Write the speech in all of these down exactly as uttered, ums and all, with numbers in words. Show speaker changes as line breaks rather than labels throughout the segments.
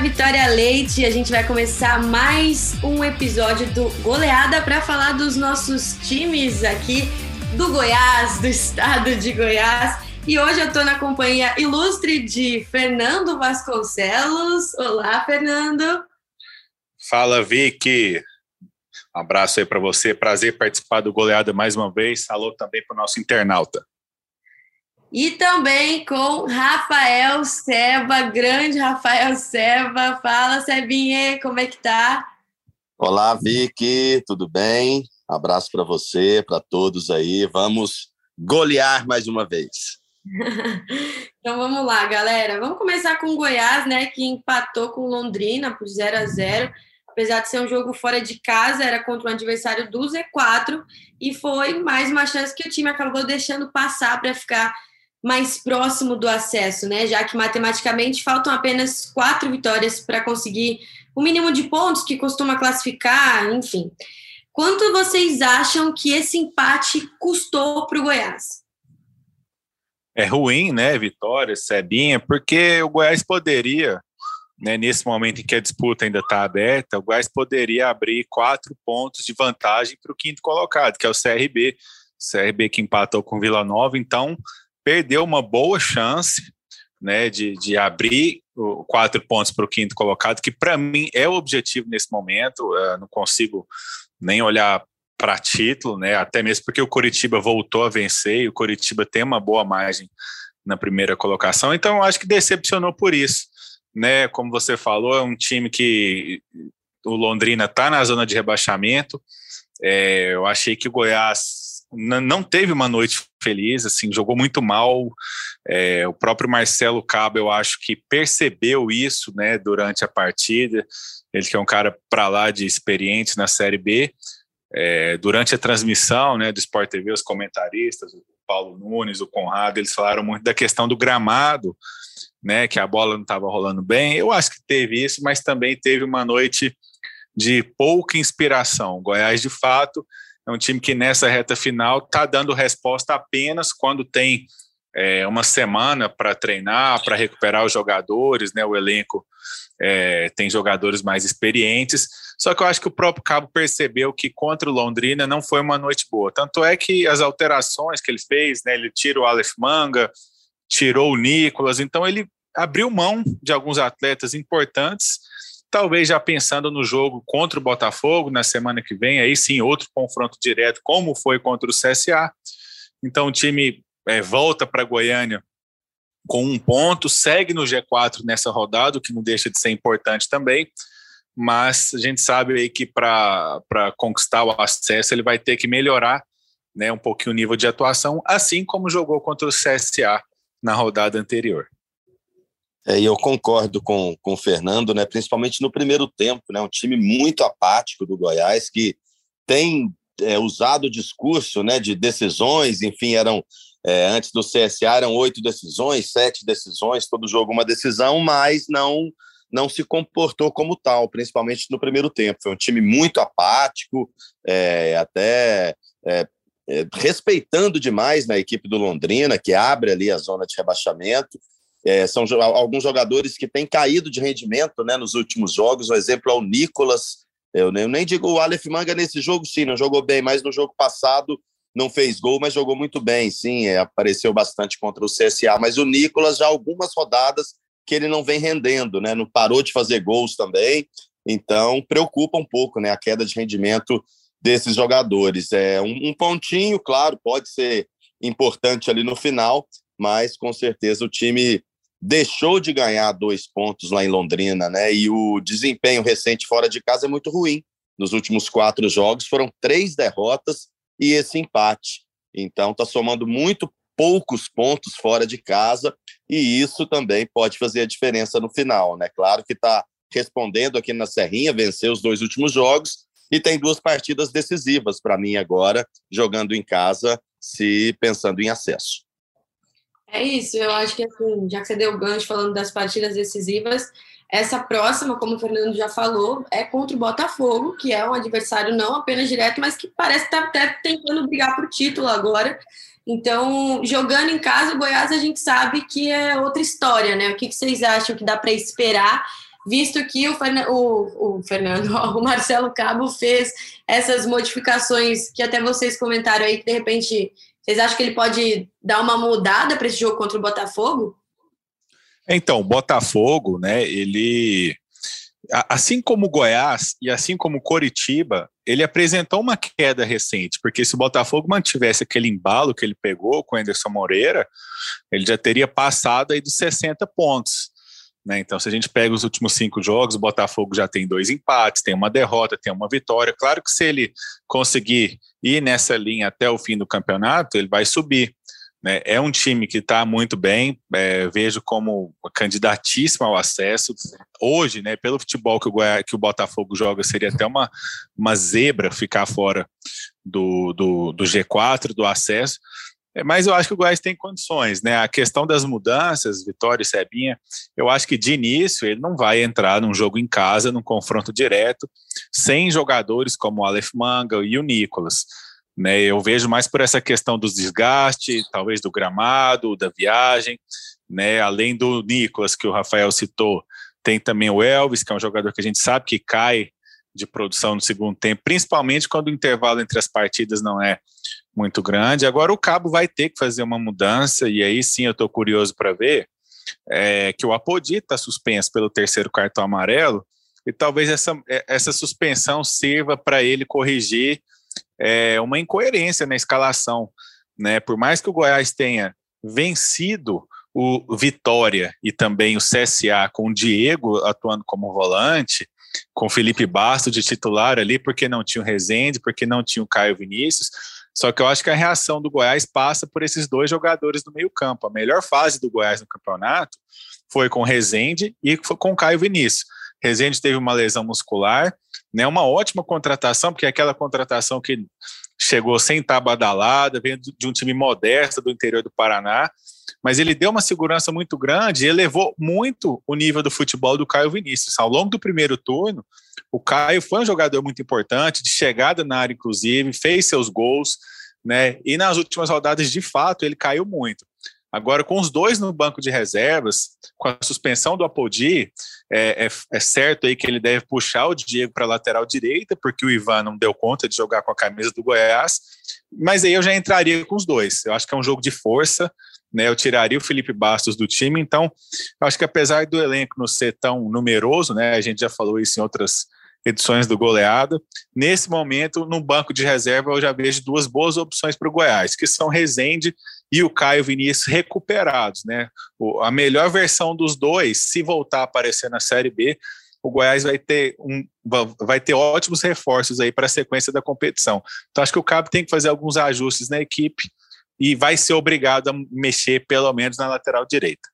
Vitória Leite. A gente vai começar mais um episódio do Goleada para falar dos nossos times aqui do Goiás, do estado de Goiás. E hoje eu estou na companhia ilustre de Fernando Vasconcelos. Olá, Fernando.
Fala, Vicky. Um abraço aí para você. Prazer participar do Goleada mais uma vez. Alô também para o nosso internauta.
E também com Rafael Seba, grande Rafael Seba. Fala, Sebinha, como é que tá?
Olá, Vicky, tudo bem? Abraço para você, para todos aí. Vamos golear mais uma vez.
Então vamos lá, galera. Vamos começar com o Goiás, né, que empatou com Londrina por zero a zero. Apesar de ser um jogo fora de casa, era contra um adversário do Z quatro e foi mais uma chance que o time acabou deixando passar para ficar mais próximo do acesso, né? Já que matematicamente faltam apenas quatro vitórias para conseguir o mínimo de pontos que costuma classificar, enfim. Quanto vocês acham que esse empate custou para o Goiás?
É ruim, né, Vitória, Sebinha, porque o Goiás poderia, né, nesse momento em que a disputa ainda está aberta, o Goiás poderia abrir quatro pontos de vantagem para o quinto colocado, que é o C R B. O C R B que empatou com o Vila Nova, então perdeu uma boa chance, né, de, de abrir o, quatro pontos para o quinto colocado, que para mim é o objetivo nesse momento. Eu não consigo nem olhar para título, né, até mesmo porque o Coritiba voltou a vencer e o Coritiba tem uma boa margem na primeira colocação, então eu acho que decepcionou por isso, né, como você falou, é um time que o Londrina está na zona de rebaixamento. É, eu achei que o Goiás não teve uma noite feliz, assim, jogou muito mal. É, o próprio Marcelo Cabo, eu acho que percebeu isso, né, durante a partida. Ele que é um cara para lá de experiente na Série B. É, durante a transmissão, né, do Sport T V, os comentaristas, o Paulo Nunes, o Conrado, eles falaram muito da questão do gramado, né, que a bola não estava rolando bem. Eu acho que teve isso, mas também teve uma noite de pouca inspiração. O Goiás, de fato, é um time que nessa reta final está dando resposta apenas quando tem é, uma semana para treinar, para recuperar os jogadores, né? O elenco é, tem jogadores mais experientes, só que eu acho que o próprio Cabo percebeu que contra o Londrina não foi uma noite boa, tanto é que as alterações que ele fez, né? Ele tira o Aleph Manga, tirou o Nicolas, então ele abriu mão de alguns atletas importantes, talvez já pensando no jogo contra o Botafogo na semana que vem, aí sim outro confronto direto, como foi contra o C S A. Então o time é, volta para Goiânia com um ponto, segue no G quatro nessa rodada, o que não deixa de ser importante também, mas a gente sabe aí que para conquistar o acesso ele vai ter que melhorar, né, um pouquinho o nível de atuação, assim como jogou contra o C S A na rodada anterior.
É, e eu concordo com, com o Fernando, né, principalmente no primeiro tempo, né, um time muito apático do Goiás, que tem é, usado o discurso, né, de decisões, enfim, eram, é, antes do C S A eram oito decisões, sete decisões, todo jogo uma decisão, mas não, não se comportou como tal, principalmente no primeiro tempo. Foi um time muito apático, é, até é, é, respeitando demais na equipe do Londrina, que abre ali a zona de rebaixamento. É, são jo- alguns jogadores que têm caído de rendimento, né, nos últimos jogos. O exemplo é o Nicolas. Eu nem, eu nem digo o Aleph Manga nesse jogo, sim, não jogou bem, mas no jogo passado não fez gol, mas jogou muito bem, sim, é, apareceu bastante contra o C S A. Mas o Nicolas já há algumas rodadas que ele não vem rendendo, né, não parou de fazer gols também, então preocupa um pouco, né, a queda de rendimento desses jogadores. É um, um pontinho, claro, pode ser importante ali no final, mas com certeza o time deixou de ganhar dois pontos lá em Londrina, né? E o desempenho recente fora de casa é muito ruim. Nos últimos quatro jogos foram três derrotas e esse empate. Então está somando muito poucos pontos fora de casa e isso também pode fazer a diferença no final, né? Claro que está respondendo aqui na Serrinha, venceu os dois últimos jogos e tem duas partidas decisivas para mim agora, jogando em casa, se pensando em acesso.
É isso, eu acho que assim, já que você deu o gancho falando das partidas decisivas, essa próxima, como o Fernando já falou, é contra o Botafogo, que é um adversário não apenas direto, mas que parece estar até tentando brigar por título agora. Então, jogando em casa, o Goiás a gente sabe que é outra história, né? O que vocês acham que dá para esperar visto que o, Fernan- o, o Fernando, ó, o Marcelo Cabo fez essas modificações que até vocês comentaram aí, que de repente vocês acham que ele pode dar uma mudada para esse jogo contra o Botafogo?
Então, o Botafogo, né, ele, assim como o Goiás e assim como o Coritiba, ele apresentou uma queda recente, porque se o Botafogo mantivesse aquele embalo que ele pegou com o Anderson Moreira, ele já teria passado aí dos sessenta pontos, né? Então, se a gente pega os últimos cinco jogos, o Botafogo já tem dois empates, tem uma derrota, tem uma vitória. Claro que se ele conseguir ir nessa linha até o fim do campeonato, ele vai subir. É um time que está muito bem, é, vejo como candidatíssimo ao acesso. Hoje, né, pelo futebol que o, Goiás, que o Botafogo joga, seria até uma, uma zebra ficar fora do, do, do G quatro, do acesso. É, mas eu acho que o Goiás tem condições, né? A questão das mudanças, Vitória e Sebinha, eu acho que de início ele não vai entrar num jogo em casa, num confronto direto, sem jogadores como o Aleph Manga e o Nicolas. Né, eu vejo mais por essa questão dos desgastes, talvez do gramado, da viagem, né, além do Nicolas, que o Rafael citou, tem também o Elvis, que é um jogador que a gente sabe que cai de produção no segundo tempo, principalmente quando o intervalo entre as partidas não é muito grande. Agora o Cabo vai ter que fazer uma mudança, e aí sim eu estou curioso para ver, é, que o Apodi está suspenso pelo terceiro cartão amarelo, e talvez essa, essa suspensão sirva para ele corrigir É uma incoerência na escalação, né? Por mais que o Goiás tenha vencido o Vitória e também o C S A com o Diego atuando como volante, com o Felipe Bastos de titular ali, porque não tinha o Rezende, porque não tinha o Caio Vinícius, só que eu acho que a reação do Goiás passa por esses dois jogadores do meio campo. A melhor fase do Goiás no campeonato foi com o Rezende e foi com o Caio Vinícius. Rezende teve uma lesão muscular, né, uma ótima contratação, porque é aquela contratação que chegou sem estar badalada, veio de um time modesto do interior do Paraná, mas ele deu uma segurança muito grande e elevou muito o nível do futebol do Caio Vinícius. Ao longo do primeiro turno, o Caio foi um jogador muito importante, de chegada na área inclusive, fez seus gols, né, e nas últimas rodadas, de fato, ele caiu muito. Agora, com os dois no banco de reservas, com a suspensão do Apodi, é, é, é certo aí que ele deve puxar o Diego para a lateral direita, porque o Ivan não deu conta de jogar com a camisa do Goiás, mas aí eu já entraria com os dois. Eu acho que é um jogo de força, né? Eu tiraria o Felipe Bastos do time, então eu acho que apesar do elenco não ser tão numeroso, né? A gente já falou isso em outras edições do Goleada, nesse momento, no banco de reserva, eu já vejo duas boas opções para o Goiás, que são Rezende e o Caio Vinícius recuperados, né? O, a melhor versão dos dois, se voltar a aparecer na Série B, o Goiás vai ter, um, vai ter ótimos reforços aí para a sequência da competição. Então, acho que o Cabo tem que fazer alguns ajustes na equipe e vai ser obrigado a mexer pelo menos na lateral direita.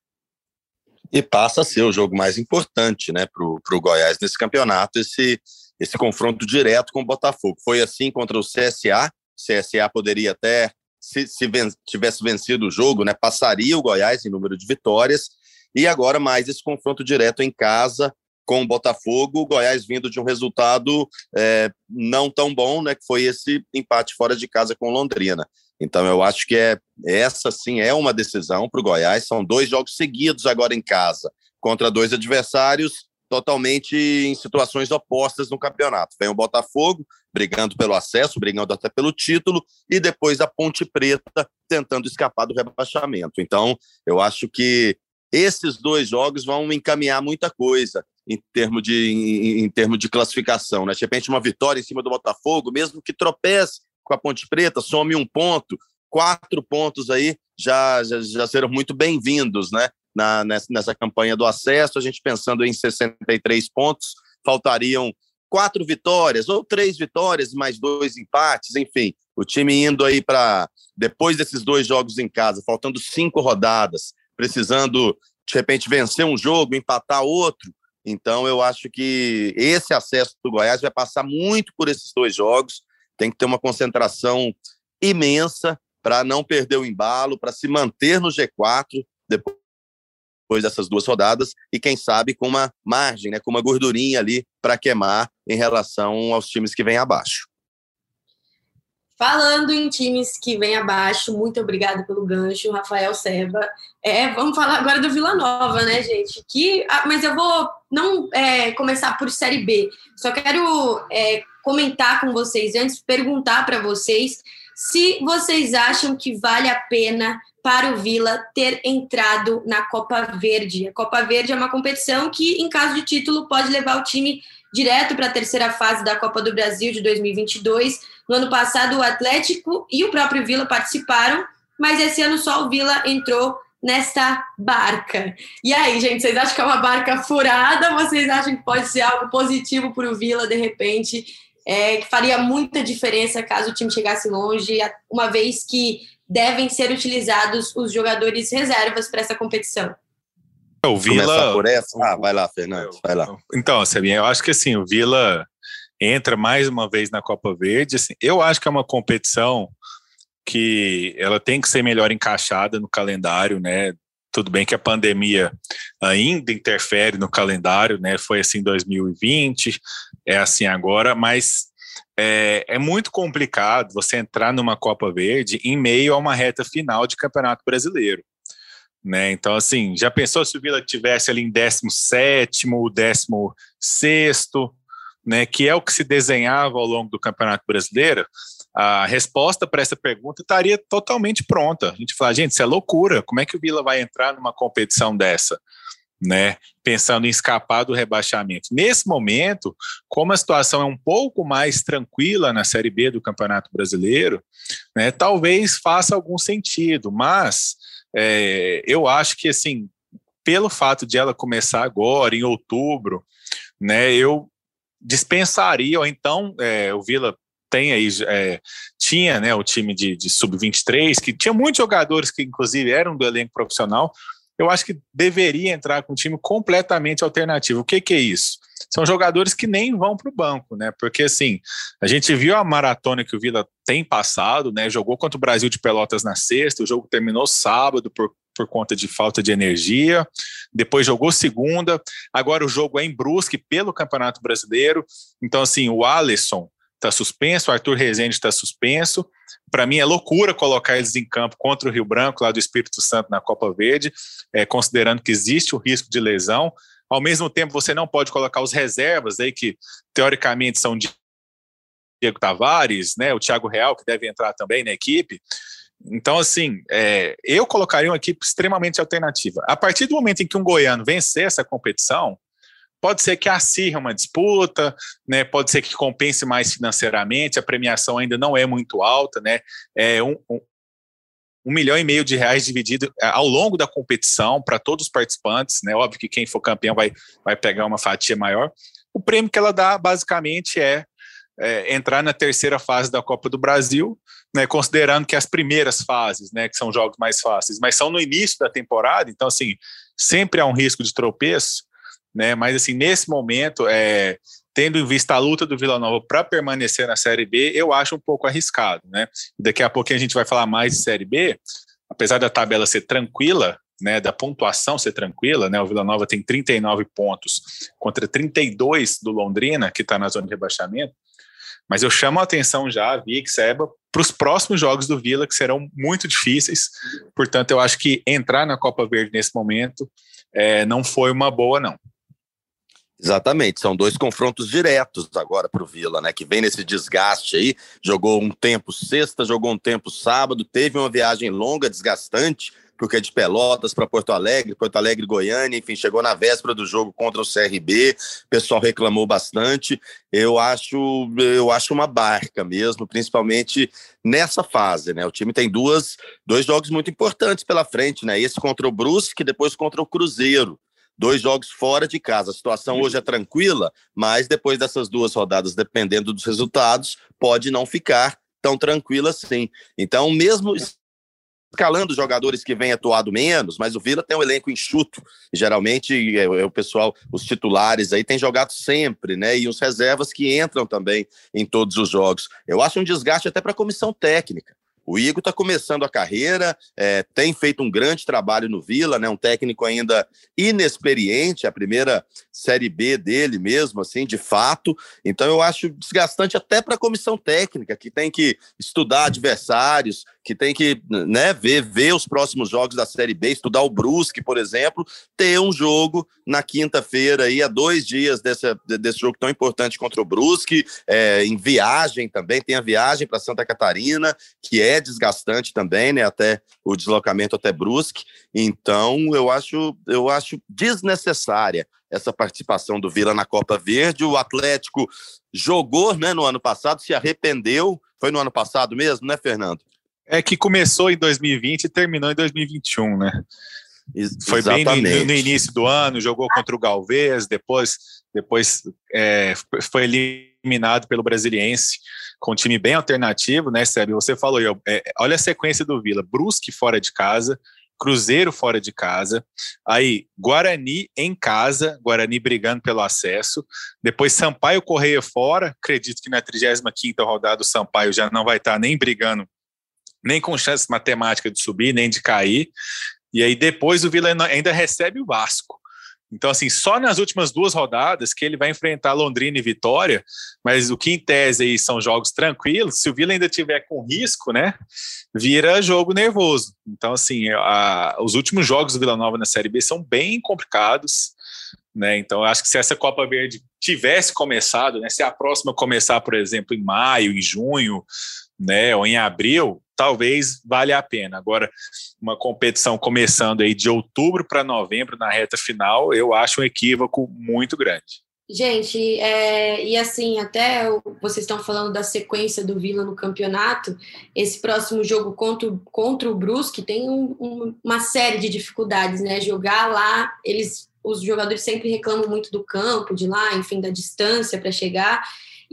E passa a ser o jogo mais importante, né, para o Goiás nesse campeonato, esse, esse confronto direto com o Botafogo. Foi assim contra o C S A, o C S A poderia até, se, se ven, tivesse vencido o jogo, né, passaria o Goiás em número de vitórias, e agora mais esse confronto direto em casa com o Botafogo, o Goiás vindo de um resultado é, não tão bom, né, que foi esse empate fora de casa com Londrina. Então, eu acho que é, essa sim é uma decisão para o Goiás. São dois jogos seguidos agora em casa, contra dois adversários totalmente em situações opostas no campeonato. Vem o Botafogo brigando pelo acesso, brigando até pelo título, e depois a Ponte Preta tentando escapar do rebaixamento. Então, eu acho que esses dois jogos vão encaminhar muita coisa em termos de, em, em termos de classificação, né? De repente, uma vitória em cima do Botafogo, mesmo que tropece com a Ponte Preta, some um ponto, quatro pontos aí já, já, já serão muito bem-vindos, né? Na, nessa, nessa campanha do acesso, a gente pensando em sessenta e três pontos, faltariam quatro vitórias, ou três vitórias, mais dois empates, enfim, o time indo aí para, depois desses dois jogos em casa, faltando cinco rodadas, precisando, de repente, vencer um jogo, empatar outro. Então, eu acho que esse acesso do Goiás vai passar muito por esses dois jogos. Tem que ter uma concentração imensa para não perder o embalo, para se manter no G quatro depois dessas duas rodadas e, quem sabe, com uma margem, né, com uma gordurinha ali para queimar em relação aos times que vêm abaixo.
Falando em times que vêm abaixo, muito obrigado pelo gancho, Rafael Seba. É, vamos falar agora do Vila Nova, né, gente? Que, ah, mas eu vou não é, começar por Série B. Só quero é, comentar com vocês antes, perguntar para vocês se vocês acham que vale a pena para o Vila ter entrado na Copa Verde. A Copa Verde é uma competição que, em caso de título, pode levar o time direto para a terceira fase da Copa do Brasil de dois mil e vinte e dois. No ano passado, o Atlético e o próprio Vila participaram, mas esse ano só o Vila entrou nesta barca. E aí, gente, vocês acham que é uma barca furada? Vocês acham que pode ser algo positivo para o Vila, de repente, é, que faria muita diferença caso o time chegasse longe, uma vez que devem ser utilizados os jogadores reservas para essa competição?
O Vila... Começar por essa? Ah, vai lá, Fernando, vai lá.
Então, Sebinha, eu acho que assim, o Vila entra mais uma vez na Copa Verde. Assim, eu acho que é uma competição que ela tem que ser melhor encaixada no calendário, né? Tudo bem que a pandemia ainda interfere no calendário, né? Foi assim em dois mil e vinte, é assim agora, mas é, é muito complicado você entrar numa Copa Verde em meio a uma reta final de Campeonato Brasileiro, né? Então, assim, já pensou se o Vila tivesse ali em décimo sétimo, décimo sexto, né? Que é o que se desenhava ao longo do Campeonato Brasileiro? A resposta para essa pergunta estaria totalmente pronta. A gente fala, gente, isso é loucura, como é que o Vila vai entrar numa competição dessa, né? Pensando em escapar do rebaixamento. Nesse momento, como a situação é um pouco mais tranquila na Série B do Campeonato Brasileiro, né, talvez faça algum sentido, mas é, eu acho que, assim, pelo fato de ela começar agora, em outubro, né, eu dispensaria, ou então é, o Vila tem aí, é, tinha, né, o time de, de sub vinte e três, que tinha muitos jogadores que inclusive eram do elenco profissional. Eu acho que deveria entrar com um time completamente alternativo. O que que é isso? São jogadores que nem vão para o banco, né? Porque assim, a gente viu a maratona que o Vila tem passado, né? Jogou contra o Brasil de Pelotas na sexta, o jogo terminou sábado por, por conta de falta de energia, depois jogou segunda, agora o jogo é em Brusque pelo Campeonato Brasileiro. Então assim, o Alisson está suspenso, o Arthur Rezende está suspenso. Para mim é loucura colocar eles em campo contra o Rio Branco, lá do Espírito Santo, na Copa Verde, é, considerando que existe o risco de lesão. Ao mesmo tempo, você não pode colocar os reservas, aí, que teoricamente são Diego Tavares, né, o Thiago Real, que deve entrar também na equipe. Então, assim, é, eu colocaria uma equipe extremamente alternativa. A partir do momento em que um goiano vencer essa competição, pode ser que acirre uma disputa, né? Pode ser que compense mais financeiramente, a premiação ainda não é muito alta, né? É um, um, um milhão e meio de reais dividido ao longo da competição para todos os participantes, né? Óbvio que quem for campeão vai, vai pegar uma fatia maior. O prêmio que ela dá, basicamente, é, é entrar na terceira fase da Copa do Brasil, né? Considerando que as primeiras fases, né, que são jogos mais fáceis, mas são no início da temporada, então, assim, sempre há um risco de tropeço, né? Mas assim, nesse momento, é, tendo em vista a luta do Vila Nova para permanecer na Série B, eu acho um pouco arriscado, né? Daqui a pouquinho a gente vai falar mais de Série B, apesar da tabela ser tranquila, né, da pontuação ser tranquila, né? O Vila Nova tem trinta e nove pontos contra trinta e dois do Londrina, que está na zona de rebaixamento, mas eu chamo a atenção já, Vic, Seba, para os próximos jogos do Vila, que serão muito difíceis. Portanto, eu acho que entrar na Copa Verde nesse momento é, não foi uma boa, não.
Exatamente, são dois confrontos diretos agora para o Vila, né? Que vem nesse desgaste aí, jogou um tempo sexta, jogou um tempo sábado, teve uma viagem longa, desgastante, porque é de Pelotas para Porto Alegre, Porto Alegre, Goiânia, enfim, chegou na véspera do jogo contra o C R B, o pessoal reclamou bastante. Eu acho, eu acho uma barca mesmo, principalmente nessa fase, né? O time tem duas, dois jogos muito importantes pela frente, né? Esse contra o Brusque, depois contra o Cruzeiro. Dois jogos fora de casa. A situação hoje é tranquila, mas depois dessas duas rodadas, dependendo dos resultados, pode não ficar tão tranquila assim. Então, mesmo escalando jogadores que vêm atuado menos, mas o Vila tem um elenco enxuto. Geralmente, é, é o pessoal, os titulares aí têm jogado sempre, né? E os reservas que entram também em todos os jogos. Eu acho um desgaste até para a comissão técnica. O Igor está começando a carreira, é, tem feito um grande trabalho no Vila, né? Um técnico ainda inexperiente, a primeira Série B dele mesmo, assim, de fato. Então eu acho desgastante até para a comissão técnica, que tem que estudar adversários, que tem que, né, ver, ver os próximos jogos da Série B, estudar o Brusque, por exemplo, ter um jogo na quinta-feira, aí, há dois dias desse, desse jogo tão importante contra o Brusque, é, em viagem também, tem a viagem para Santa Catarina, que é desgastante também, né, até o deslocamento até Brusque. Então eu acho, eu acho desnecessária essa participação do Vila na Copa Verde. O Atlético jogou, né, no ano passado, se arrependeu, foi no ano passado mesmo, né, Fernando?
É que começou em dois mil e vinte e terminou em dois mil e vinte e um, né? Foi
Exatamente.
bem no, no início do ano, jogou contra o Galvez, depois, depois é, foi eliminado pelo Brasiliense, com um time bem alternativo, né, Sérgio? Você falou, é, olha a sequência do Vila: Brusque fora de casa, Cruzeiro fora de casa, aí Guarani em casa, Guarani brigando pelo acesso, depois Sampaio Correia fora, acredito que na trigésima quinta rodada o Sampaio já não vai estar nem brigando, nem com chance matemática de subir, nem de cair, e aí depois o Vila ainda recebe o Vasco. Então, assim, só nas últimas duas rodadas que ele vai enfrentar Londrina e Vitória, mas o que em tese aí são jogos tranquilos, se o Vila ainda tiver com risco, né, vira jogo nervoso. Então, assim, a, os últimos jogos do Vila Nova na Série B são bem complicados, né, então eu acho que se essa Copa Verde tivesse começado, né, se a próxima começar, por exemplo, em maio, em junho, né, ou em abril, talvez valha a pena. Agora, uma competição começando aí de outubro para novembro, na reta final, eu acho um equívoco muito grande.
Gente, é, e assim, até vocês estão falando da sequência do Vila no campeonato, esse próximo jogo contra, contra o Brusque tem um, um, uma série de dificuldades, né? Jogar lá, eles, os jogadores sempre reclamam muito do campo, de lá, enfim, da distância para chegar.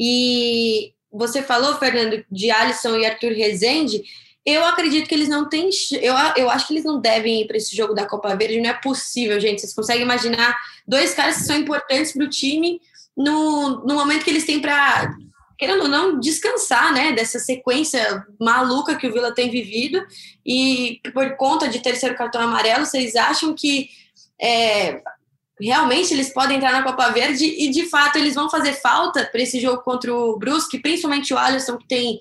E você falou, Fernando, de Alisson e Arthur Rezende. Eu acredito que eles não têm... Eu, eu acho que eles não devem ir para esse jogo da Copa Verde. Não é possível, gente. Vocês conseguem imaginar dois caras que são importantes para o time no, no momento que eles têm para, querendo ou não, descansar, né? Dessa sequência maluca que o Vila tem vivido. E por conta de terceiro cartão amarelo, vocês acham que... É, realmente eles podem entrar na Copa Verde e, de fato, eles vão fazer falta para esse jogo contra o Brusque, principalmente o Alisson, que tem,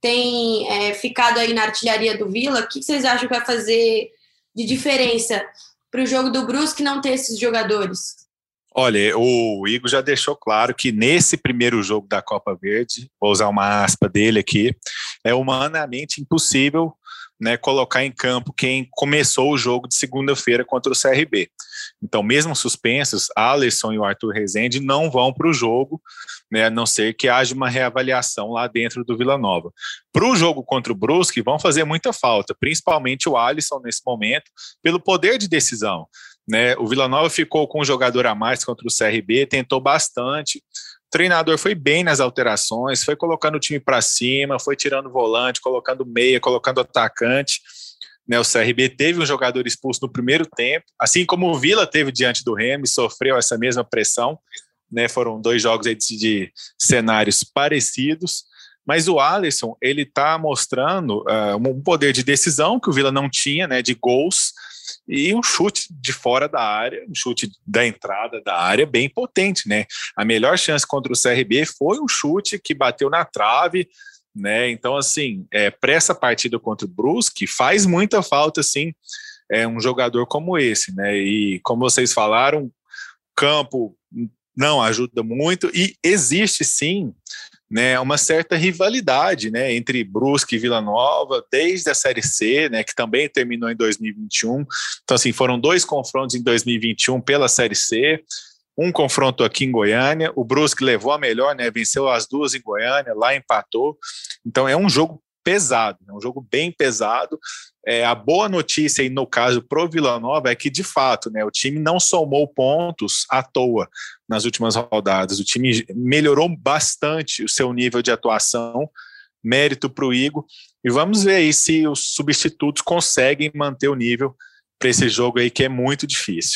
tem é, ficado aí na artilharia do Vila. O que vocês acham que vai fazer de diferença para o jogo do Brusque não ter esses jogadores?
Olha, o Igor já deixou claro que nesse primeiro jogo da Copa Verde, vou usar uma aspa dele aqui, é humanamente impossível, né, colocar em campo quem começou o jogo de segunda-feira contra o C R B. Então, mesmo suspensos, Alisson e o Arthur Rezende não vão para o jogo, né, a não ser que haja uma reavaliação lá dentro do Vila Nova. Para o jogo contra o Brusque, vão fazer muita falta, principalmente o Alisson nesse momento, pelo poder de decisão, né? O Vila Nova ficou com um jogador a mais contra o C R B, tentou bastante. O treinador foi bem nas alterações, foi colocando o time para cima, foi tirando volante, colocando meia, colocando atacante, né? O C R B teve um jogador expulso no primeiro tempo, assim como o Vila teve diante do Remy, sofreu essa mesma pressão, né? Foram dois jogos aí de, de cenários parecidos, mas o Alisson, ele está mostrando uh, um poder de decisão que o Vila não tinha, né? De gols, e um chute de fora da área, um chute da entrada da área bem potente, né? A melhor chance contra o C R B foi um chute que bateu na trave, né? Então, assim, é, para essa partida contra o Brusque, faz muita falta, assim, é, um jogador como esse, né? E como vocês falaram, o campo não ajuda muito e existe, sim, né, uma certa rivalidade, né, entre Brusque e Vila Nova, desde a Série C, né, que também terminou em dois mil e vinte e um. Então, assim, foram dois confrontos em dois mil e vinte e um pela Série C, um confronto aqui em Goiânia, o Brusque levou a melhor, né, venceu as duas em Goiânia, lá empatou. Então, é um jogo pesado, é um jogo bem pesado. É, a boa notícia aí, no caso, pro Vila Nova é que, de fato, né, o time não somou pontos à toa nas últimas rodadas. O time melhorou bastante o seu nível de atuação, mérito para o Igor. E vamos ver aí se os substitutos conseguem manter o nível para esse jogo aí que é muito difícil.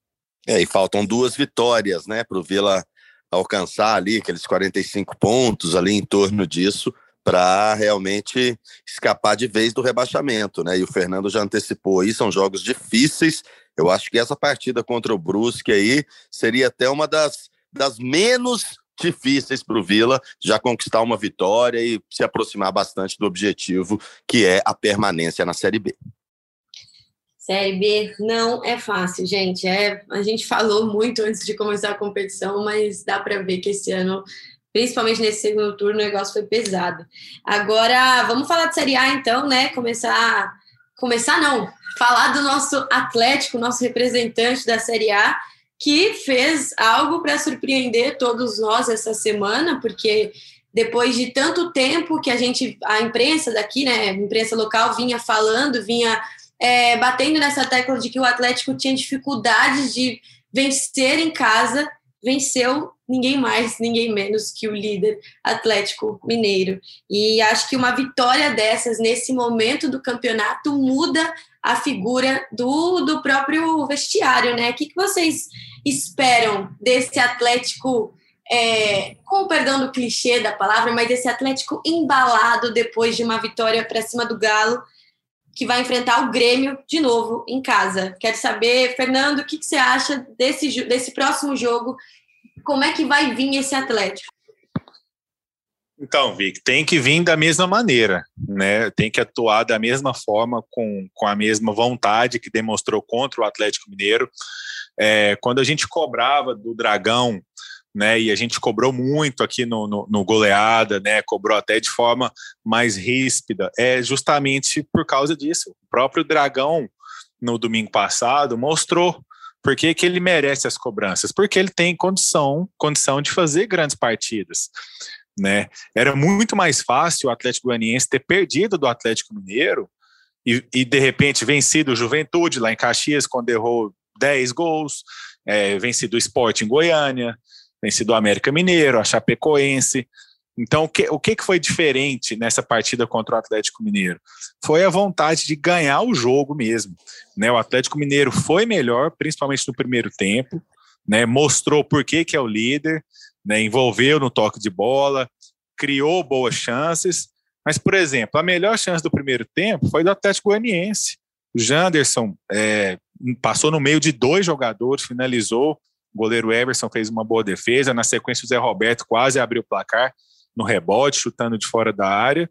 É, e faltam duas vitórias, né, para o Vila alcançar ali aqueles quarenta e cinco pontos, ali em torno disso, para realmente escapar de vez do rebaixamento, né? E o Fernando já antecipou aí, são jogos difíceis. Eu acho que essa partida contra o Brusque aí seria até uma das, das menos difíceis para o Vila, já conquistar uma vitória e se aproximar bastante do objetivo, que é a permanência na Série B.
Série B não é fácil, gente. É, a gente falou muito antes de começar a competição, mas dá para ver que esse ano, principalmente nesse segundo turno, o negócio foi pesado. Agora, vamos falar de Série A, então, né? Começar, começar não, falar do nosso Atlético, nosso representante da Série A, que fez algo para surpreender todos nós essa semana, porque depois de tanto tempo que a gente, a imprensa daqui, né, a imprensa local vinha falando, vinha é, batendo nessa tecla de que o Atlético tinha dificuldades de vencer em casa, venceu ninguém mais, ninguém menos que o líder Atlético Mineiro. E acho que uma vitória dessas, nesse momento do campeonato, muda a figura do, do próprio vestiário, né? O que, que vocês esperam desse Atlético, é, com o perdão do clichê da palavra, mas desse Atlético embalado depois de uma vitória para cima do Galo, que vai enfrentar o Grêmio de novo em casa? Quero saber, Fernando, o que, que você acha desse, desse próximo jogo? Como é que vai vir esse Atlético?
Então, Vic, tem que vir da mesma maneira, né? Tem que atuar da mesma forma, com, com a mesma vontade que demonstrou contra o Atlético Mineiro. É, quando a gente cobrava do Dragão, né, e a gente cobrou muito aqui no, no, no Goleada, né, cobrou até de forma mais ríspida, é justamente por causa disso. O próprio Dragão, no domingo passado, mostrou por que que ele merece as cobranças, porque ele tem condição, condição de fazer grandes partidas, né? Era muito mais fácil o Atlético Goianiense ter perdido do Atlético Mineiro e, e de repente vencido o Juventude lá em Caxias, quando errou dez gols, é, vencido o Sport em Goiânia, vencido o América Mineiro, a Chapecoense. Então, o que, o que foi diferente nessa partida contra o Atlético Mineiro? Foi a vontade de ganhar o jogo mesmo, né? O Atlético Mineiro foi melhor, principalmente no primeiro tempo, né? Mostrou por que que é o líder, né? Envolveu no toque de bola, criou boas chances, mas, por exemplo, a melhor chance do primeiro tempo foi do Atlético Goianiense. O Janderson é, passou no meio de dois jogadores, finalizou, o goleiro Everson fez uma boa defesa, na sequência o Zé Roberto quase abriu o placar no rebote, chutando de fora da área.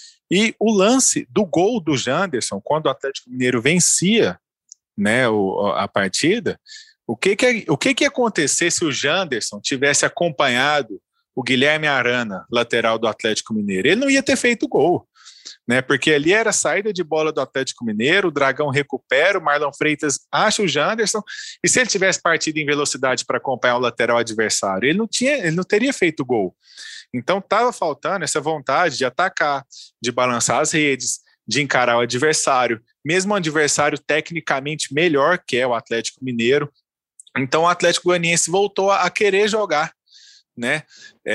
E o lance do gol do Janderson, quando o Atlético Mineiro vencia, né, o, a partida, o que que, o que que ia acontecer se o Janderson tivesse acompanhado o Guilherme Arana, lateral do Atlético Mineiro? Ele não ia ter feito gol, né, porque ali era a saída de bola do Atlético Mineiro, o Dragão recupera, o Marlon Freitas acha o Janderson, e se ele tivesse partido em velocidade para acompanhar o lateral adversário, ele não, tinha, ele não teria feito gol. Então estava faltando essa vontade de atacar, de balançar as redes, de encarar o adversário, mesmo um adversário tecnicamente melhor que é o Atlético Mineiro. Então o Atlético Goianiense voltou a querer jogar, né?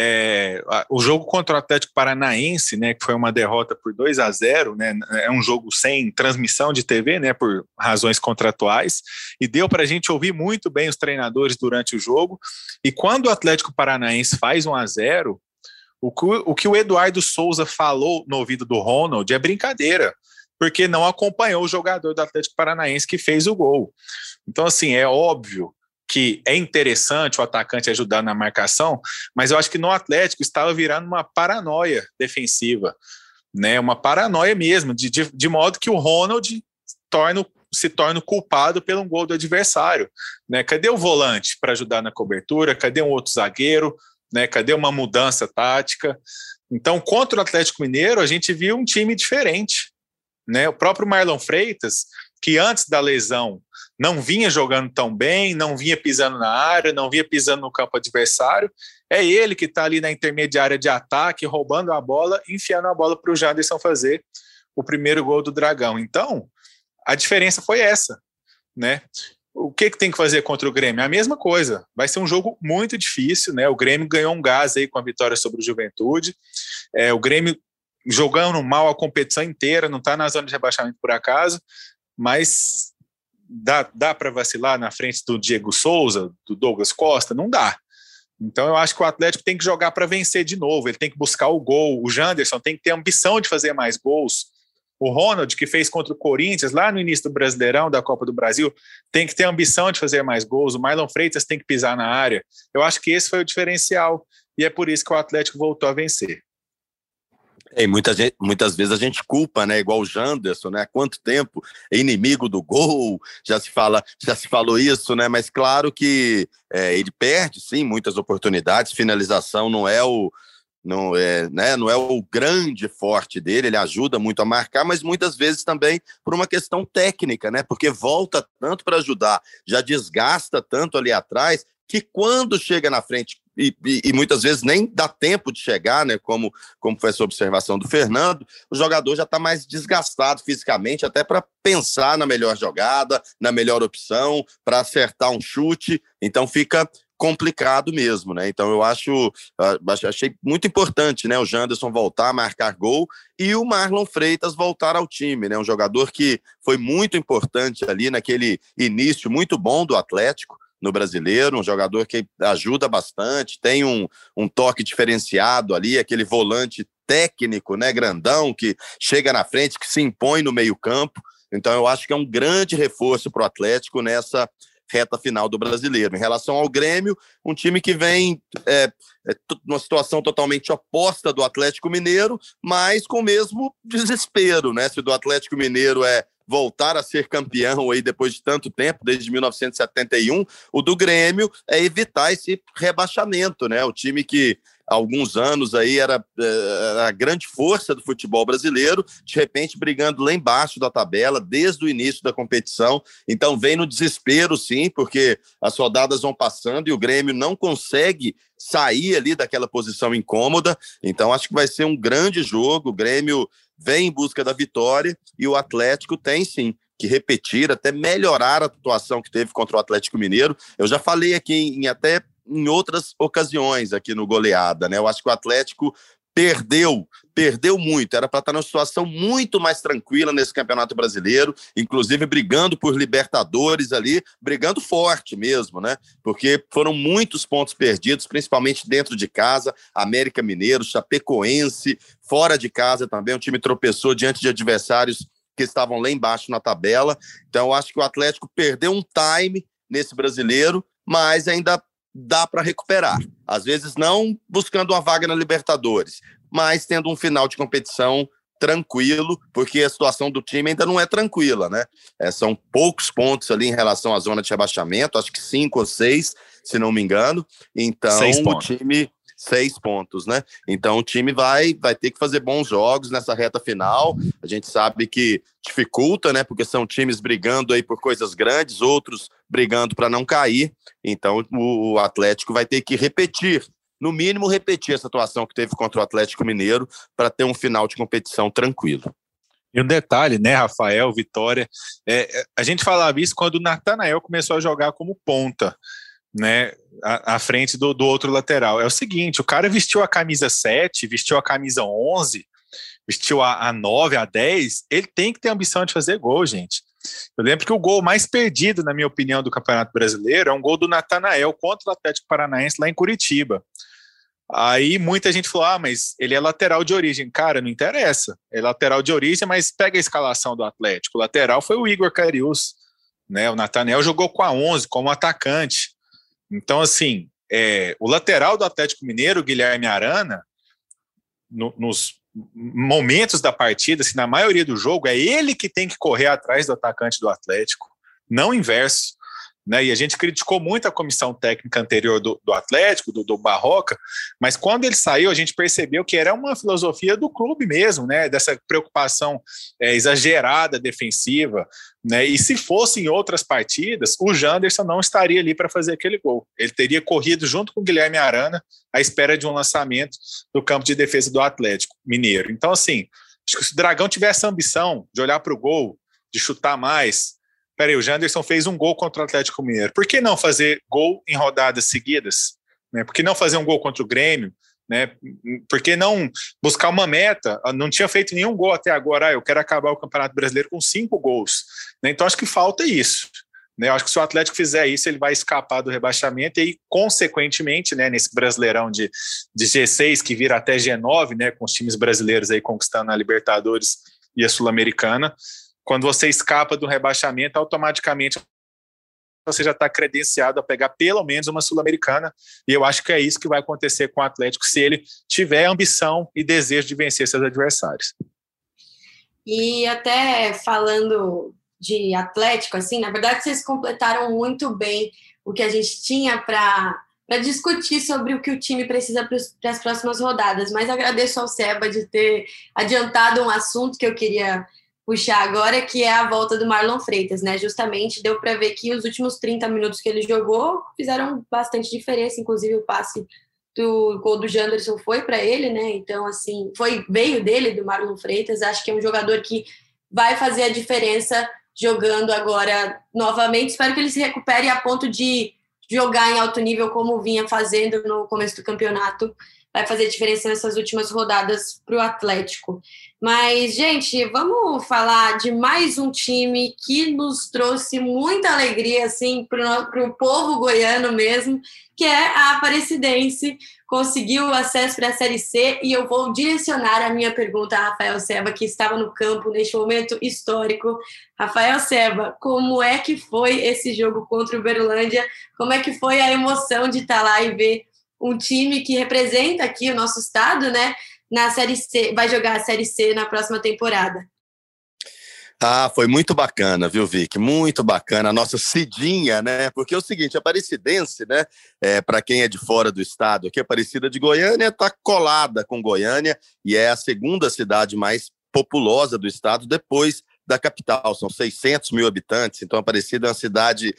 É, o jogo contra o Atlético Paranaense, né, que foi uma derrota por dois a zero, né, é um jogo sem transmissão de T V, né, por razões contratuais, e deu para a gente ouvir muito bem os treinadores durante o jogo. E quando o Atlético Paranaense faz um a zero, o que, o que o Eduardo Souza falou no ouvido do Ronald é brincadeira, porque não acompanhou o jogador do Atlético Paranaense que fez o gol. Então, assim, é óbvio que é interessante o atacante ajudar na marcação, mas eu acho que no Atlético estava virando uma paranoia defensiva, né? Uma paranoia mesmo, de, de, de modo que o Ronald torna, se torna culpado pelo gol do adversário, né? Cadê o volante para ajudar na cobertura? Cadê um outro zagueiro? Né? Cadê uma mudança tática? Então, contra o Atlético Mineiro, a gente viu um time diferente, né? O próprio Marlon Freitas, que antes da lesão não vinha jogando tão bem, não vinha pisando na área, não vinha pisando no campo adversário, é ele que está ali na intermediária de ataque, roubando a bola, enfiando a bola para o Janderson fazer o primeiro gol do Dragão. Então, a diferença foi essa, né? O que, que tem que fazer contra o Grêmio? A mesma coisa, vai ser um jogo muito difícil, né? O Grêmio ganhou um gás aí com a vitória sobre o Juventude, é, o Grêmio jogando mal a competição inteira, não está na zona de rebaixamento por acaso, mas dá, dá para vacilar na frente do Diego Souza, do Douglas Costa? Não dá, Então eu acho que o Atlético tem que jogar para vencer de novo, ele tem que buscar o gol, o Janderson tem que ter ambição de fazer mais gols, o Ronald, que fez contra o Corinthians lá no início do Brasileirão, da Copa do Brasil, tem que ter ambição de fazer mais gols, o Marlon Freitas tem que pisar na área. Eu acho que esse foi o diferencial e é por isso que o Atlético voltou a vencer.
É, e muita gente, muitas vezes a gente culpa, né? Igual o Janderson, né? Há quanto tempo é inimigo do gol, já se fala, já se falou isso, né? Mas claro que é, ele perde, sim, muitas oportunidades. Finalização não é o não é, né? Não é o grande forte dele. Ele ajuda muito a marcar, mas muitas vezes também por uma questão técnica, né? Porque volta tanto para ajudar, já desgasta tanto ali atrás, que quando chega na frente E, e, e muitas vezes nem dá tempo de chegar, né? Como, como foi essa observação do Fernando, o jogador já está mais desgastado fisicamente, até para pensar na melhor jogada, na melhor opção, para acertar um chute. Então fica complicado mesmo, né? Então eu acho, achei muito importante, né? O Janderson voltar a marcar gol e o Marlon Freitas voltar ao time, né? Um jogador que foi muito importante ali naquele início muito bom do Atlético no Brasileiro, um jogador que ajuda bastante, tem um, um toque diferenciado ali, aquele volante técnico, né, grandão, que chega na frente, que se impõe no meio campo. Então eu acho que é um grande reforço para o Atlético nessa reta final do Brasileiro. Em relação ao Grêmio, um time que vem é, é, numa situação totalmente oposta do Atlético Mineiro, mas com o mesmo desespero, né? Se do Atlético Mineiro é voltar a ser campeão aí depois de tanto tempo, desde mil novecentos e setenta e um, o do Grêmio é evitar esse rebaixamento, né? O time que há alguns anos aí era, era a grande força do futebol brasileiro, de repente brigando lá embaixo da tabela, desde o início da competição. Então vem no desespero, sim, porque as rodadas vão passando e o Grêmio não consegue sair ali daquela posição incômoda. Então acho que vai ser um grande jogo. O Grêmio vem em busca da vitória e o Atlético tem, sim, que repetir, até melhorar a atuação que teve contra o Atlético Mineiro. Eu já falei aqui em até em outras ocasiões aqui no Goleada, né? Eu acho que o Atlético perdeu, perdeu muito, era para estar numa situação muito mais tranquila nesse Campeonato Brasileiro, inclusive brigando por Libertadores ali, brigando forte mesmo, né? Porque foram muitos pontos perdidos, principalmente dentro de casa, América Mineiro, Chapecoense, fora de casa também, o time tropeçou diante de adversários que estavam lá embaixo na tabela. Então eu acho que o Atlético perdeu um time nesse Brasileiro, mas ainda dá para recuperar. Às vezes não buscando uma vaga na Libertadores, mas tendo um final de competição tranquilo, porque a situação do time ainda não é tranquila, né? É, são poucos pontos ali em relação à zona de rebaixamento, acho que cinco ou seis, se não me engano. Então o time... Seis pontos, né? Então o time vai, vai ter que fazer bons jogos nessa reta final. A gente sabe que dificulta, né? Porque são times brigando aí por coisas grandes, outros brigando para não cair. Então o Atlético vai ter que repetir, no mínimo repetir essa atuação que teve contra o Atlético Mineiro para ter um final de competição tranquilo.
E um detalhe, né, Rafael, Vitória, é, a gente falava isso quando o Natanael começou a jogar como ponta, né, à, à frente do, do outro lateral. É o seguinte, o cara vestiu a camisa sete, vestiu a camisa onze, vestiu a, a nove, a dez, ele tem que ter a ambição de fazer gol, gente. Eu lembro que o gol mais perdido, na minha opinião, do Campeonato Brasileiro é um gol do Natanael contra o Atlético Paranaense lá em Curitiba. Aí muita gente falou, ah, mas ele é lateral de origem. Cara, não interessa, é lateral de origem, mas pega a escalação do Atlético. O lateral foi o Igor Cariús, né? O Natanael jogou com a onze, como atacante. Então, assim, é, o lateral do Atlético Mineiro, Guilherme Arana, no, nos momentos da partida, assim, na maioria do jogo, é ele que tem que correr atrás do atacante do Atlético, não o inverso, né? E a gente criticou muito a comissão técnica anterior do, do Atlético, do, do Barroca, mas quando ele saiu, a gente percebeu que era uma filosofia do clube mesmo, né? Dessa preocupação é, exagerada, defensiva, né? E se fosse em outras partidas, o Janderson não estaria ali para fazer aquele gol. Ele teria corrido junto com o Guilherme Arana à espera de um lançamento do campo de defesa do Atlético Mineiro. Então, assim, acho que se o Dragão tivesse a ambição de olhar para o gol, de chutar mais, peraí, o Janderson fez um gol contra o Atlético Mineiro. Por que não fazer gol em rodadas seguidas? Né? Por que não fazer um gol contra o Grêmio? Né? Por que não buscar uma meta? Não tinha feito nenhum gol até agora. Ah, eu quero acabar o Campeonato Brasileiro com cinco gols. Né? Então acho que falta isso. né? Eu acho que se o Atlético fizer isso, ele vai escapar do rebaixamento e aí, consequentemente, né, nesse Brasileirão de, de G seis, que vira até G nove, né, com os times brasileiros aí conquistando a Libertadores e a Sul-Americana, quando você escapa do rebaixamento, automaticamente você já está credenciado a pegar pelo menos uma Sul-Americana, e eu acho que é isso que vai acontecer com o Atlético se ele tiver ambição e desejo de vencer seus adversários.
E até falando de Atlético, assim, na verdade vocês completaram muito bem o que a gente tinha para para discutir sobre o que o time precisa para as próximas rodadas, mas agradeço ao Seba de ter adiantado um assunto que eu queria puxar agora, que é a volta do Marlon Freitas, né? Justamente deu para ver que os últimos trinta minutos que ele jogou fizeram bastante diferença, inclusive o passe do gol do Janderson foi para ele, né? Então, assim, foi, veio dele, do Marlon Freitas. Acho que é um jogador que vai fazer a diferença jogando agora novamente. Espero que ele se recupere a ponto de jogar em alto nível como vinha fazendo no começo do campeonato. Vai fazer diferença nessas últimas rodadas para o Atlético. Mas, gente, vamos falar de mais um time que nos trouxe muita alegria, assim, para o povo goiano mesmo, que é a Aparecidense. Conseguiu acesso para a Série C, e eu vou direcionar a minha pergunta a Rafael Seba, que estava no campo neste momento histórico. Rafael Seba, como é que foi esse jogo contra o Uberlândia? Como é que foi a emoção de estar lá e ver um time que representa aqui o nosso estado, né, na Série C, vai jogar a Série C na próxima temporada?
Ah, foi muito bacana, viu, Vicky? Muito bacana. A nossa Cidinha, né? Porque é o seguinte, a Aparecidense, né? É, para quem é de fora do estado, aqui a Aparecida de Goiânia está colada com Goiânia e é a segunda cidade mais populosa do estado, depois da capital. São seiscentos mil habitantes, então a Aparecida é uma cidade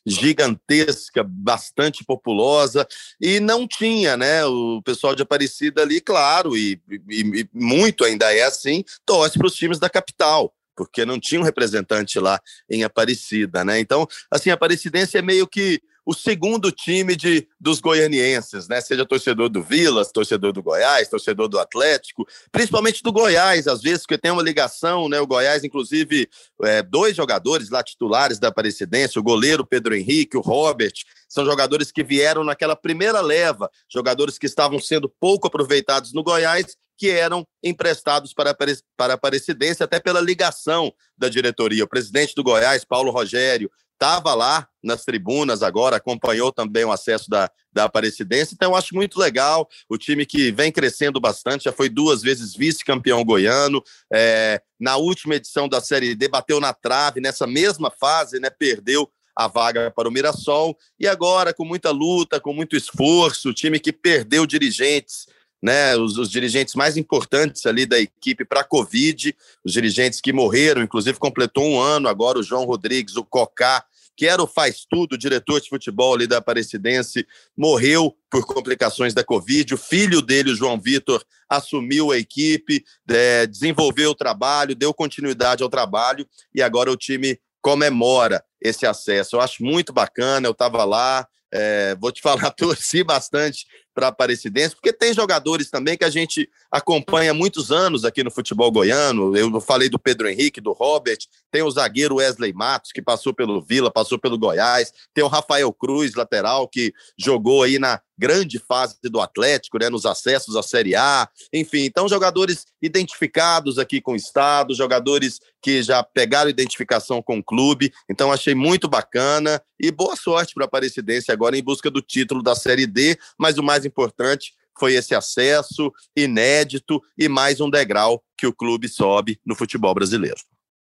gigantesca, bastante populosa, e não tinha, né? O pessoal de Aparecida ali, claro, e, e, e muito ainda é assim, torce para os times da capital, porque não tinha um representante lá em Aparecida, né? Então, assim, a Aparecidense é meio que o segundo time de, dos goianienses, né? Seja torcedor do Vilas, torcedor do Goiás, torcedor do Atlético, principalmente do Goiás, às vezes, porque tem uma ligação, né? O Goiás, inclusive, é, dois jogadores lá titulares da Aparecidense, o goleiro Pedro Henrique, o Robert, são jogadores que vieram naquela primeira leva, jogadores que estavam sendo pouco aproveitados no Goiás, que eram emprestados para a Aparecidense, até pela ligação da diretoria. O presidente do Goiás, Paulo Rogério, estava lá nas tribunas agora, acompanhou também o acesso da, da Aparecidense, então eu acho muito legal, o time que vem crescendo bastante, já foi duas vezes vice-campeão goiano, é, na última edição da Série D, bateu na trave, nessa mesma fase, né, perdeu a vaga para o Mirassol, e agora, com muita luta, com muito esforço, o time que perdeu dirigentes, né, os, os dirigentes mais importantes ali da equipe para a Covid, os dirigentes que morreram, inclusive completou um ano agora o João Rodrigues, o Cocá, que era o faz-tudo, diretor de futebol ali da Aparecidense, morreu por complicações da Covid, o filho dele, o João Vitor, assumiu a equipe, é, desenvolveu o trabalho, deu continuidade ao trabalho, e agora o time comemora esse acesso. Eu acho muito bacana, eu estava lá, é, vou te falar, torci bastante para a Aparecidense, porque tem jogadores também que a gente acompanha há muitos anos aqui no futebol goiano. Eu falei do Pedro Henrique, do Robert, tem o zagueiro Wesley Matos, que passou pelo Vila, passou pelo Goiás, tem o Rafael Cruz, lateral, que jogou aí na grande fase do Atlético, né, nos acessos à Série A, enfim, então jogadores identificados aqui com o estado, jogadores que já pegaram identificação com o clube, então achei muito bacana e boa sorte para a Aparecidense agora em busca do título da Série D, mas o mais importante foi esse acesso inédito e mais um degrau que o clube sobe no futebol brasileiro.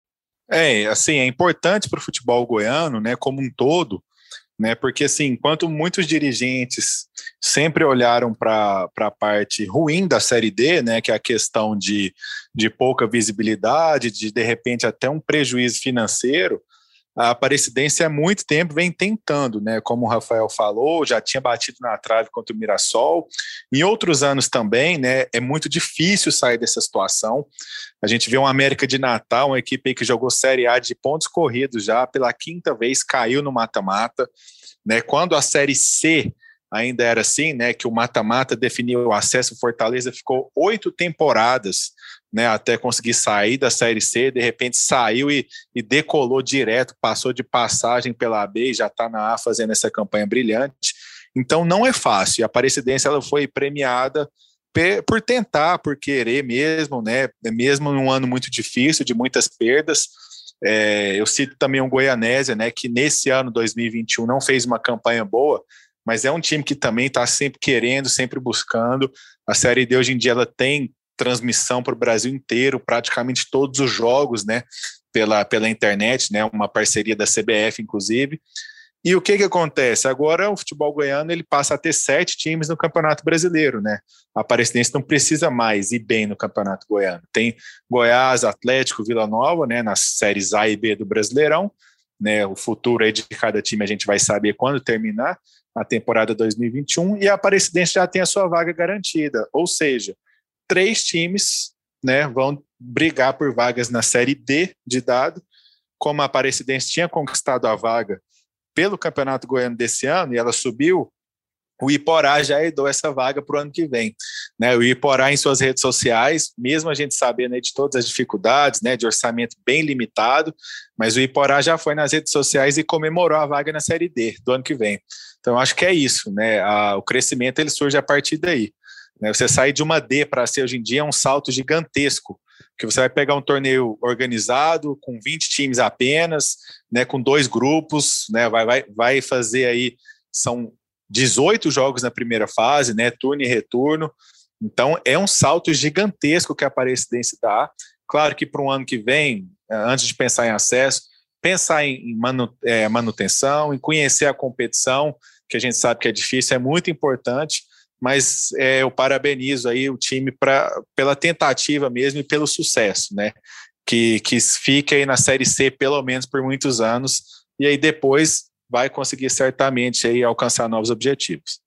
É, assim, é importante para o futebol goiano, né, como um todo, né, porque assim, enquanto muitos dirigentes sempre olharam para a parte ruim da Série D, né, que é a questão de, de pouca visibilidade, de de repente até um prejuízo financeiro, a Aparecidense há muito tempo vem tentando, né? Como o Rafael falou, já tinha batido na trave contra o Mirassol. Em outros anos também, né? É muito difícil sair dessa situação. A gente vê uma América de Natal, uma equipe aí que jogou Série A de pontos corridos já, pela quinta vez caiu no mata-mata, né? Quando a Série C ainda era assim, né? Que o mata-mata definiu o acesso, o Fortaleza ficou oito temporadas né, até conseguir sair da Série C, de repente saiu e, e decolou direto, passou de passagem pela A B e já está na A fazendo essa campanha brilhante. Então não é fácil. A Aparecidense ela foi premiada por tentar, por querer mesmo, né, mesmo num ano muito difícil, de muitas perdas. É, eu cito também o Goianésia, né, que nesse ano dois mil e vinte e um não fez uma campanha boa, mas é um time que também está sempre querendo, sempre buscando. A Série D hoje em dia ela tem transmissão para o Brasil inteiro, praticamente todos os jogos, né, pela, pela internet, né, uma parceria da C B F, inclusive. E o que que acontece? Agora o futebol goiano ele passa a ter sete times no Campeonato Brasileiro, né? A Aparecidense não precisa mais ir bem no Campeonato Goiano. Tem Goiás, Atlético, Vila Nova, né, nas séries A e B do Brasileirão, né? O futuro aí de cada time a gente vai saber quando terminar a temporada dois mil e vinte e um, e a Aparecidense já tem a sua vaga garantida, ou seja, três times, né, vão brigar por vagas na Série D de dado. Como a Aparecidense tinha conquistado a vaga pelo Campeonato Goiano desse ano, e ela subiu, o Iporá já herdou essa vaga para o ano que vem. Né, o Iporá em suas redes sociais, mesmo a gente sabendo aí de todas as dificuldades, né, de orçamento bem limitado, mas o Iporá já foi nas redes sociais e comemorou a vaga na Série D do ano que vem. Então, acho que é isso, né, a, o crescimento ele surge a partir daí. Né, você sair de uma D para C hoje em dia é um salto gigantesco, porque você vai pegar um torneio organizado, com vinte times apenas, né, com dois grupos, né, vai, vai, vai fazer aí, são dezoito jogos na primeira fase, né, turno e retorno. Então é um salto gigantesco que a Aparecidense dá. Claro que para um ano que vem, antes de pensar em acesso, pensar em manu, é, manutenção, em conhecer a competição, que a gente sabe que é difícil, é muito importante, mas é, eu parabenizo aí o time pra, pela tentativa mesmo e pelo sucesso, né, que, que fique aí na Série C pelo menos por muitos anos, e aí depois vai conseguir certamente aí alcançar novos objetivos.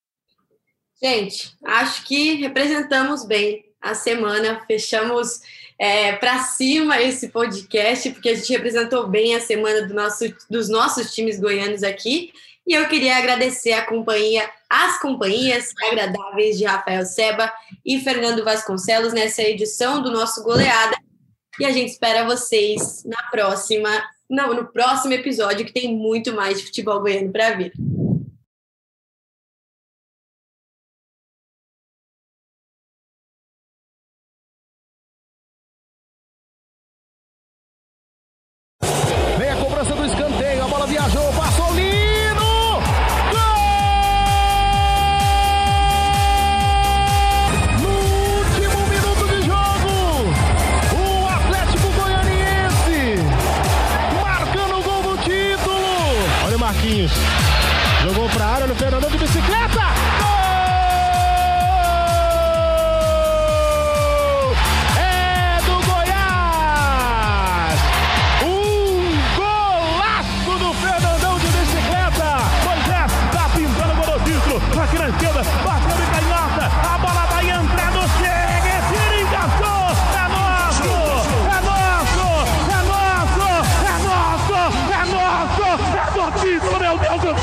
Gente, acho que representamos bem a semana, fechamos é, para cima esse podcast, porque a gente representou bem a semana do nosso, dos nossos times goianos aqui, e eu queria agradecer a companhia, as companhias agradáveis de Rafael Seba e Fernando Vasconcelos nessa edição do nosso Goleada, e a gente espera vocês na próxima Não, no próximo episódio, que tem muito mais de futebol goiano para vir.
Vem a cobrança do escanteio, a bola viajou, passou lindo! Gol! No último minuto de jogo, o Atlético Goianiense marcando o gol do título. Olha o Marquinhos, jogou pra área no Fernandão de bicicleta. Gol! É do Goiás! Um golaço do Fernandão de bicicleta. Moisés tá pintando o gol do título. Aqui na esquerda, bateu de canhota. A bola vai entrando, chega, tira, encaixou. É nosso! É nosso! É nosso! É nosso! É nosso! É do título, meu Deus do céu!